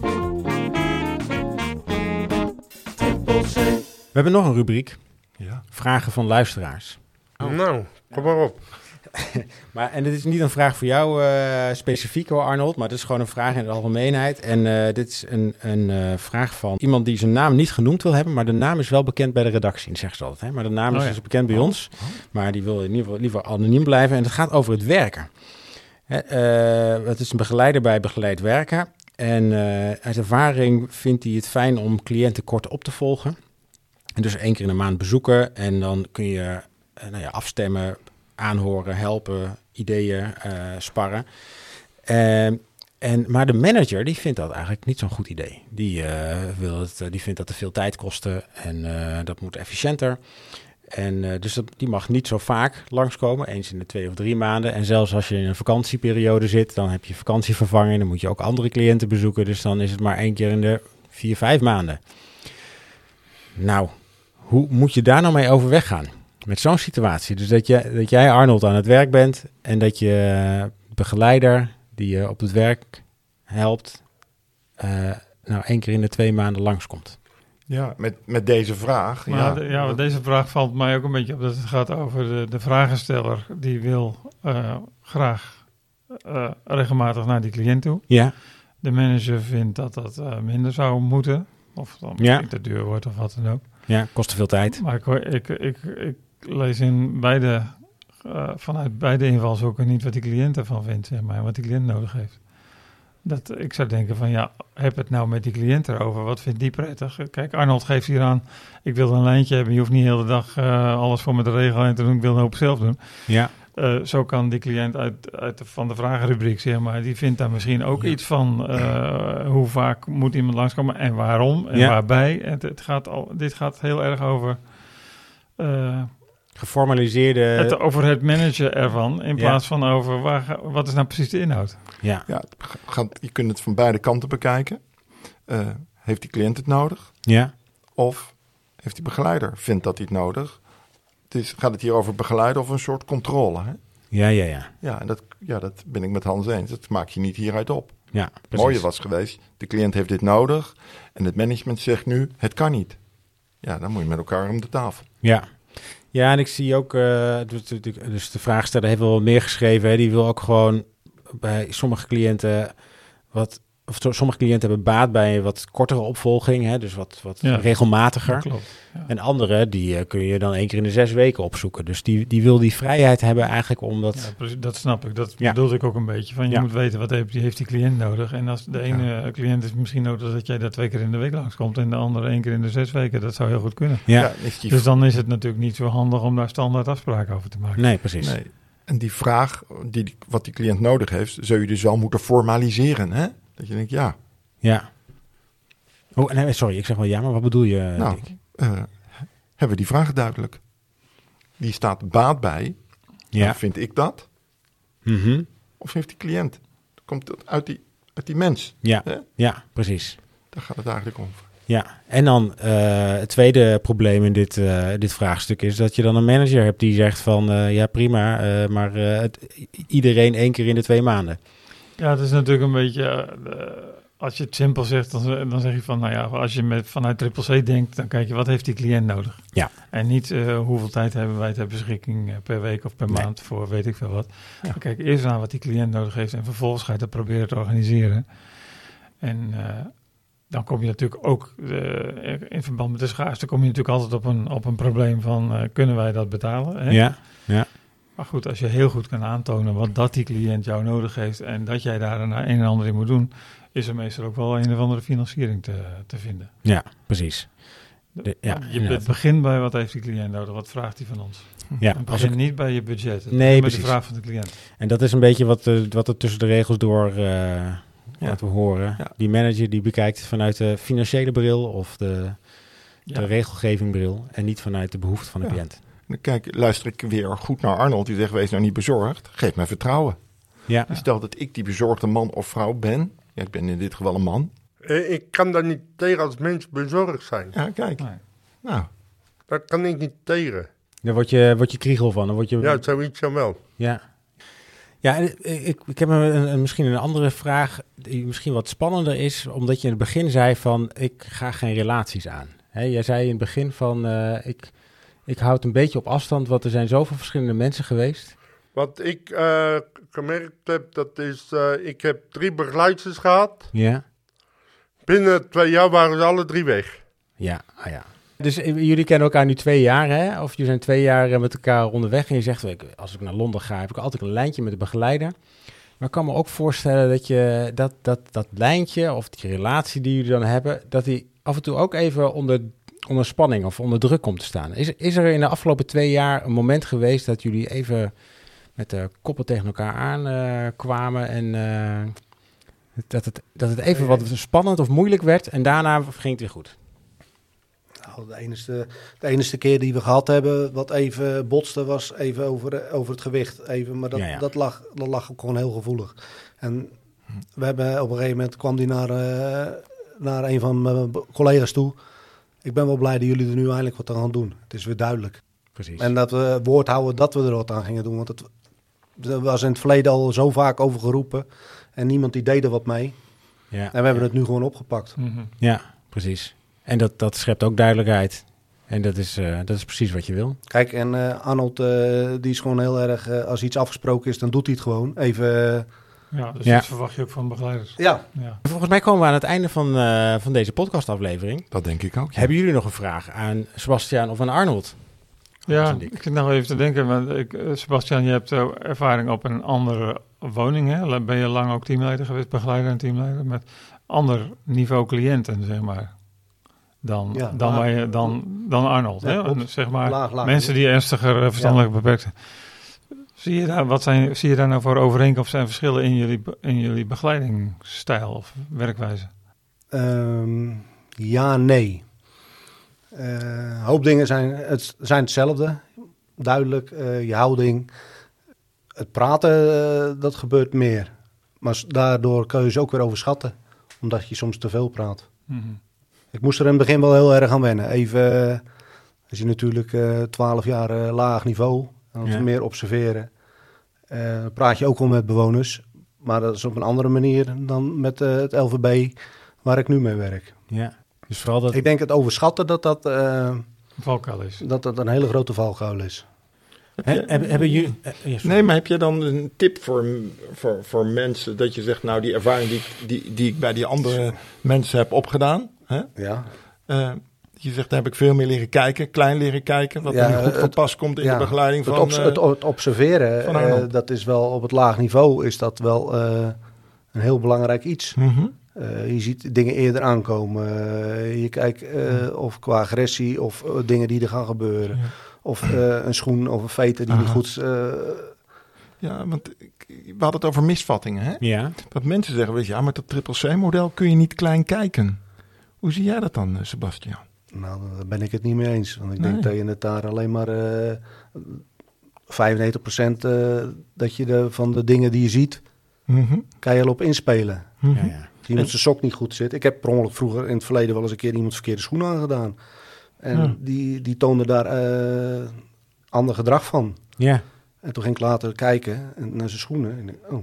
We hebben nog een rubriek. Ja. Vragen van luisteraars. Oh. Nou, kom maar op. Maar, en dit is niet een vraag voor jou uh, specifiek hoor, Arnold, maar dit is gewoon een vraag in de algemeenheid. En uh, dit is een, een uh, vraag van iemand die zijn naam niet genoemd wil hebben, maar de naam is wel bekend bij de redactie, dat zeggen ze altijd. Hè? Maar de naam is Oh ja. dus bekend bij Oh. ons, maar die wil in ieder geval liever anoniem blijven. En het gaat over het werken. Hè, uh, het is een begeleider bij begeleid werken. En uh, uit ervaring vindt hij het fijn om cliënten kort op te volgen. En dus één keer in de maand bezoeken en dan kun je uh, nou ja, afstemmen, aanhoren, helpen, ideeën uh, sparren. Uh, en, maar de manager die vindt dat eigenlijk niet zo'n goed idee. Die, uh, wil het, uh, die vindt dat te veel tijd kosten en uh, dat moet efficiënter. En uh, dus dat, die mag niet zo vaak langskomen, eens in de twee of drie maanden. En zelfs als je in een vakantieperiode zit, dan heb je vakantievervanging. Dan moet je ook andere cliënten bezoeken. Dus dan is het maar één keer in de vier, vijf maanden. Nou, hoe moet je daar nou mee overweg gaan? Met zo'n situatie. Dus dat, je, dat jij, Arnold, aan het werk bent en dat je begeleider die je op het werk helpt, uh, nou één keer in de twee maanden langskomt. Ja, met, met deze vraag. Maar ja, de- ja, deze vraag valt mij ook een beetje op dat het gaat over de, de vragensteller die wil uh, graag uh, regelmatig naar die cliënt toe. Ja, De manager vindt dat dat uh, minder zou moeten, of dan Ja. misschien te duur wordt of wat dan ook. Ja, kost te veel tijd. Maar ik, hoor- ik, ik, ik lees in beide, uh, vanuit beide invalshoeken niet wat die cliënt ervan vindt, zeg maar, en wat die cliënt nodig heeft. Dat, ik zou denken van, ja, heb het nou met die cliënt erover. Wat vindt die prettig? Kijk, Arnold geeft hier aan, ik wil een lijntje hebben. Je hoeft niet de hele dag uh, alles voor me te regelen en te doen. Ik wil een hoop zelf doen. Ja. Uh, zo kan die cliënt uit, uit de, van de vragenrubriek, zeg maar, die vindt daar misschien ook Ja. iets van. Uh, hoe vaak moet iemand langskomen en waarom en Ja. waarbij. En het, het gaat al, dit gaat heel erg over... Uh, Geformaliseerde... het, over het managen ervan, in Ja. plaats van over waar, ga- wat is nou precies de inhoud. Ja. Ja, het gaat, je kunt het van beide kanten bekijken. Uh, heeft die cliënt het nodig? Ja. Of heeft die begeleider, vindt dat hij het nodig? Het is, gaat het hier over begeleiden of een soort controle? Hè? Ja, ja, ja. Ja, en dat, ja, dat ben ik met Hans eens. Dat maak je niet hieruit op. Ja, Het precies. mooie was geweest, de cliënt heeft dit nodig en het management zegt nu, het kan niet. Ja, dan moet je met elkaar om de tafel. Ja. Ja, en ik zie ook, uh, dus, dus de vraagsteller heeft wel wat meer geschreven. Hè. Die wil ook gewoon bij sommige cliënten wat, of sommige cliënten hebben baat bij een wat kortere opvolging, hè, dus wat, wat Ja. regelmatiger. Dat klopt. Ja. En andere, die uh, kun je dan één keer in de zes weken opzoeken. Dus die, die wil die vrijheid hebben eigenlijk om dat... Ja, precies, dat snap ik. Dat Ja. bedoelde ik ook een beetje. Van, je Ja. moet weten, wat heeft die, heeft die cliënt nodig? En als de ene uh, cliënt is misschien nodig dat jij daar twee keer in de week langskomt en de andere één keer in de zes weken. Dat zou heel goed kunnen. Ja, Ja, is die Dus dan is het natuurlijk niet zo handig om daar standaard afspraken over te maken. nee, precies. Nee. En die vraag, die, die- wat die cliënt nodig heeft, zul je dus wel moeten formaliseren. Hè? Dat je denkt, ja, Ja. Oh, nee, sorry, ik zeg wel ja, maar wat bedoel je, nou, Dick? uh, hebben we die vragen duidelijk? Die staat baat bij, Ja. nou, vind ik dat? Mhm. Of heeft die cliënt? Dat komt uit die, uit die mens. Ja. Hè? Ja, precies. Daar gaat het eigenlijk om. Ja, en dan uh, het tweede probleem in dit, uh, dit vraagstuk is dat je dan een manager hebt die zegt van uh, ja prima, uh, maar uh, het, iedereen één keer in de twee maanden. Ja, het is natuurlijk een beetje... Uh, als je het simpel zegt, dan, dan zeg je van... Nou ja, als je met, vanuit Triple C denkt, dan kijk je wat heeft die cliënt nodig. Ja. En niet uh, hoeveel tijd hebben wij ter beschikking uh, per week of per Nee. maand voor weet ik veel wat. Ja. Dan kijk eerst naar wat die cliënt nodig heeft en vervolgens ga je dat proberen te organiseren. En uh, dan kom je natuurlijk ook uh, in verband met de schaarste, kom je natuurlijk altijd op een, op een probleem van uh, kunnen wij dat betalen? Hè? Ja, ja. Maar goed, als je heel goed kan aantonen wat dat die cliënt jou nodig heeft en dat jij daar een, een en ander in moet doen, is er meestal ook wel een of andere financiering te, te vinden. Ja, precies. De, ja, je het begint bij wat heeft die cliënt nodig, wat vraagt hij van ons. Ja, En als begin ik, niet bij je budget, het nee, met precies. de vraag van de cliënt. En dat is een beetje wat, uh, wat er tussen de regels door uh, ja. wat we horen. Ja. Die manager die bekijkt het vanuit de financiële bril of de, de Ja. regelgevingbril en niet vanuit de behoefte van de Ja. cliënt. Dan kijk, luister ik weer goed naar Arnold. Die zegt, wees nou niet bezorgd. Geef mij vertrouwen. Ja, En stel dat ik die bezorgde man of vrouw ben. Ja, ik ben in dit geval een man. Eh, Ik kan daar niet tegen als mens bezorgd zijn. Ja, kijk. Nee. Nou, Daar kan ik niet tegen. daar word je, word je kriegel van. Dan word je, Ja, zoiets dan wel. Ja, ja en ik, ik heb een, een, misschien een andere vraag die misschien wat spannender is, omdat je in het begin zei van ik ga geen relaties aan. Hè, jij zei in het begin van uh, ik, ik houd een beetje op afstand, want er zijn zoveel verschillende mensen geweest. Wat ik uh, gemerkt heb, dat is, uh, ik heb drie begeleiders gehad. Ja, Binnen twee jaar waren ze alle drie weg. ja, ah ja. Dus uh, jullie kennen elkaar nu twee jaar, hè? Of jullie zijn twee jaar uh, met elkaar onderweg en je zegt, als ik naar Londen ga, heb ik altijd een lijntje met de begeleider. Maar ik kan me ook voorstellen dat je dat, dat, dat lijntje of die relatie die jullie dan hebben, dat die af en toe ook even onder, onder spanning of onder druk komt te staan. Is, is er in de afgelopen twee jaar een moment geweest dat jullie even met de koppen tegen elkaar aankwamen uh, en uh, dat, het, dat het even wat spannend of moeilijk werd en daarna ging het weer goed? Nou, de enige, de enige keer die we gehad hebben wat even botste was even over, over het gewicht. Even, maar dat, Ja, ja. Dat, lag, dat lag ook gewoon heel gevoelig. En we hebben op een gegeven moment kwam die naar, uh, naar een van mijn collega's toe. Ik ben wel blij dat jullie er nu eindelijk wat aan gaan doen. Het is weer duidelijk. Precies. En dat we woord houden dat we er wat aan gingen doen. Want het, er was in het verleden al zo vaak over geroepen. En niemand die deed er wat mee. Ja, En we hebben het nu gewoon opgepakt. Mm-hmm. ja, precies. En dat, dat schept ook duidelijkheid. En dat is, uh, dat is precies wat je wil. Kijk, en uh, Arnold, uh, die is gewoon heel erg... Uh, als iets afgesproken is, dan doet hij het gewoon. Even, uh, Ja, dus Ja. dat verwacht je ook van begeleiders. Ja, Ja. Volgens mij komen we aan het einde van, uh, van deze podcastaflevering. Dat denk ik ook. Ja. Hebben jullie nog een vraag aan Sebastian of aan Arnold? Ja, en ik. ik zit nog even te denken. Want ik, uh, Sebastian, je hebt uh, ervaring op een andere woning. Hè? Ben je lang ook teamleider geweest, begeleider en teamleider. Met ander niveau cliënten, zeg maar. Dan, Ja, dan, laag. waar je, dan, dan Arnold. Ja, hè? klopt. Zeg maar, Laag, laag. mensen die ernstiger uh, verstandelijk beperkt zijn. Zie je, daar, wat zijn. zie je daar nou voor overeenkomsten en verschillen in jullie, be- in jullie begeleidingsstijl of werkwijze? Um, ja, nee. Een uh, hoop dingen zijn, het, zijn hetzelfde. Duidelijk, uh, je houding. Het praten, uh, dat gebeurt meer. Maar s- daardoor kun je ze ook weer overschatten. Omdat je soms te veel praat. Mm-hmm. Ik moest er in het begin wel heel erg aan wennen. Even, uh, als je natuurlijk twaalf uh, jaar uh, laag niveau, dan Ja. meer observeren. Uh, dan praat je ook wel met bewoners. Maar dat is op een andere manier dan met uh, het L V B waar ik nu mee werk. Ja. Dus vooral dat... Ik denk het overschatten dat dat, uh, Valkuil is. dat, dat een hele grote valkuil is. He, hebben, hebben jullie... Uh, ja, sorry. Nee, maar heb je dan een tip voor, voor, voor mensen dat je zegt, nou die ervaring die, ik- die, die ik bij die andere mensen heb opgedaan, hè? Ja, Uh, je zegt, daar heb ik veel meer leren kijken, klein leren kijken, wat Ja, er nu goed van het- pas komt in ja, de begeleiding het, van... obs- uh, het, het observeren, van uh, Arnold. dat is wel op het laag niveau is dat wel uh, een heel belangrijk iets. mhm. Uh, je ziet dingen eerder aankomen. Uh, je kijkt uh, of qua agressie of uh, dingen die er gaan gebeuren. Ja. Of uh, een schoen of een veter die Aha. niet goed... Uh, Ja, want ik- we hadden het over misvattingen, hè? Ja. Dat mensen zeggen, weet je, ja, met dat triple C-model kun je niet klein kijken. Hoe zie jij dat dan, uh, Sebastian? nou, daar ben ik het niet mee eens. Want ik Nee. denk dat je het daar alleen maar uh, vijfennegentig procent uh, dat je de, van de dingen die je ziet, Mhm. kan je al op inspelen. Mhm. Ja, ja. Als iemand zijn sok niet goed zit. Ik heb per ongeluk vroeger in het verleden wel eens een keer iemands verkeerde schoen aangedaan. En Ja. die, die toonde daar uh, ander gedrag van. Ja. En toen ging ik later kijken en naar zijn schoenen. En ik, oh,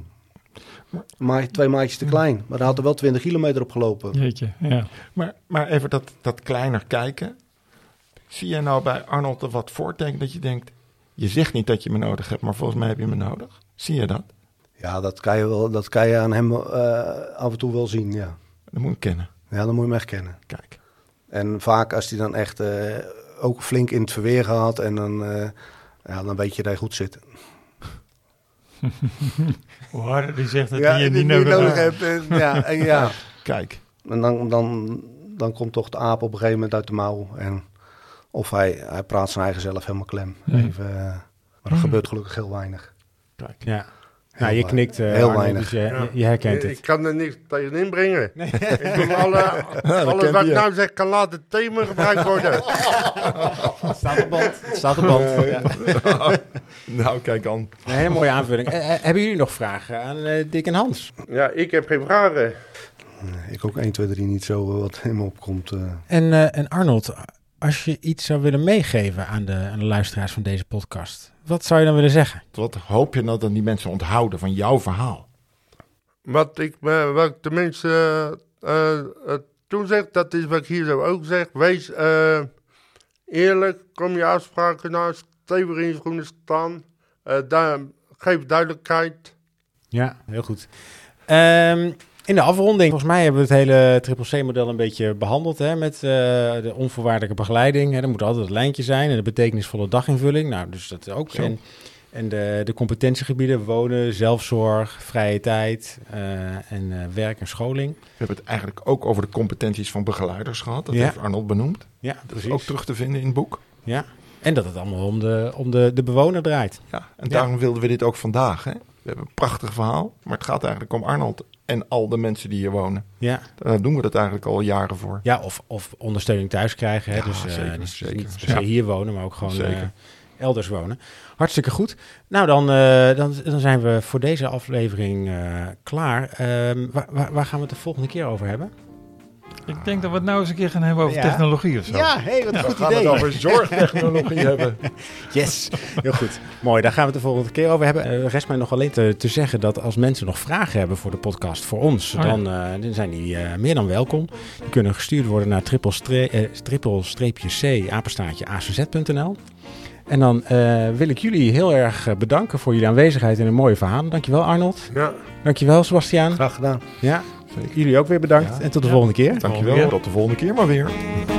maar twee maatjes te klein. Maar daar had er wel twintig kilometer op gelopen. Jeetje, ja. Maar, maar even dat, dat kleiner kijken. Zie jij nou bij Arnold er wat voortekenen dat je denkt, je zegt niet dat je me nodig hebt, maar volgens mij heb je me nodig. Zie je dat? Ja, dat kan je, wel, dat kan je aan hem uh, af en toe wel zien, ja. Dat moet ik kennen. Ja, dan moet je hem echt kennen. Kijk. En vaak als hij dan echt uh, ook flink in het verweer gaat... en dan, uh, ja, dan weet je dat hij goed zit. Hoe harder die zegt dat ja, hij je die niet nodig hebt. hebt. En, ja, en, ja. Kijk. En dan, dan, dan komt toch de aap op een gegeven moment uit de mouw. En, of hij, hij praat zijn eigen zelf helemaal klem. Ja. Even, uh, maar er gebeurt gelukkig heel weinig. Kijk. Ja. Heel Nou, je weinig. knikt, uh, Heel Arnold, weinig. dus je, Ja. je, je herkent Ik het. kan er niks tegen inbrengen. Nee. Ik doe alle, alles kent wat hij, ik ja. nou zeg kan laten thema gebruikt worden. Het staat op band. Het staat op band. Ja. Nou, kijk dan. Een hele mooie aanvulling. Uh, uh, hebben jullie nog vragen aan uh, Dick en Hans? Ja, ik heb geen vragen. Nee, ik ook één, twee, drie niet zo uh, wat in me opkomt. Uh. En, uh, en Arnold, als je iets zou willen meegeven aan de, aan de luisteraars van deze podcast, wat zou je dan willen zeggen? Wat hoop je nou dat die mensen onthouden van jouw verhaal? Wat ik, uh, wat ik de mensen uh, uh, toen zeg, dat is wat ik hier zo ook zeg. Wees uh, eerlijk, kom je afspraken na, stevig in je schoenen staan. Uh, daar, geef duidelijkheid. Ja, heel goed. Um, in de afronding, volgens mij hebben we het hele triple C-model een beetje behandeld, hè, met uh, de onvoorwaardelijke begeleiding. Hè. Er moet altijd het lijntje zijn en de betekenisvolle daginvulling. Nou, dus dat ook. Zo. En, en de, de competentiegebieden, wonen, zelfzorg, vrije tijd uh, en uh, werk en scholing. We hebben het eigenlijk ook over de competenties van begeleiders gehad. Dat Ja. heeft Arnold benoemd. Ja, Dat precies. is ook terug te vinden in het boek. Ja. En dat het allemaal om de, om de, de bewoner draait. Ja, en Ja. daarom wilden we dit ook vandaag. Hè? We hebben een prachtig verhaal, maar het gaat eigenlijk om Arnold en al de mensen die hier wonen. Ja, Daar doen we dat eigenlijk al jaren voor. ja of, of ondersteuning thuis krijgen. Hè? Ja, dus uh, zeker, dus zeker. niet per se Ja. hier wonen, maar ook gewoon uh, Zeker. elders wonen. Hartstikke goed. Nou, dan, uh, dan, dan zijn we voor deze aflevering uh, klaar. Um, waar, waar, waar gaan we het de volgende keer over hebben? Ik denk dat we het nou eens een keer gaan hebben over Ja. technologie of zo. Ja, hey, wat een We goed gaan idee. het over zorgtechnologie hebben. Yes, heel goed. Mooi, daar gaan we het de volgende keer over hebben. Uh, rest mij nog alleen te, te zeggen dat als mensen nog vragen hebben voor de podcast, voor ons, Oh ja. dan, uh, dan zijn die uh, meer dan welkom. Die kunnen gestuurd worden naar triple-c, apenstaartje, apenstaartje, a c z punt n l. En dan uh, wil ik jullie heel erg bedanken voor jullie aanwezigheid en een mooie verhaal. Dankjewel Arnold. Ja. Dankjewel Sebastiaan. Graag gedaan. Ja, jullie ook weer bedankt. Ja. En tot de ja. volgende keer. Dankjewel. Tot de volgende keer maar weer.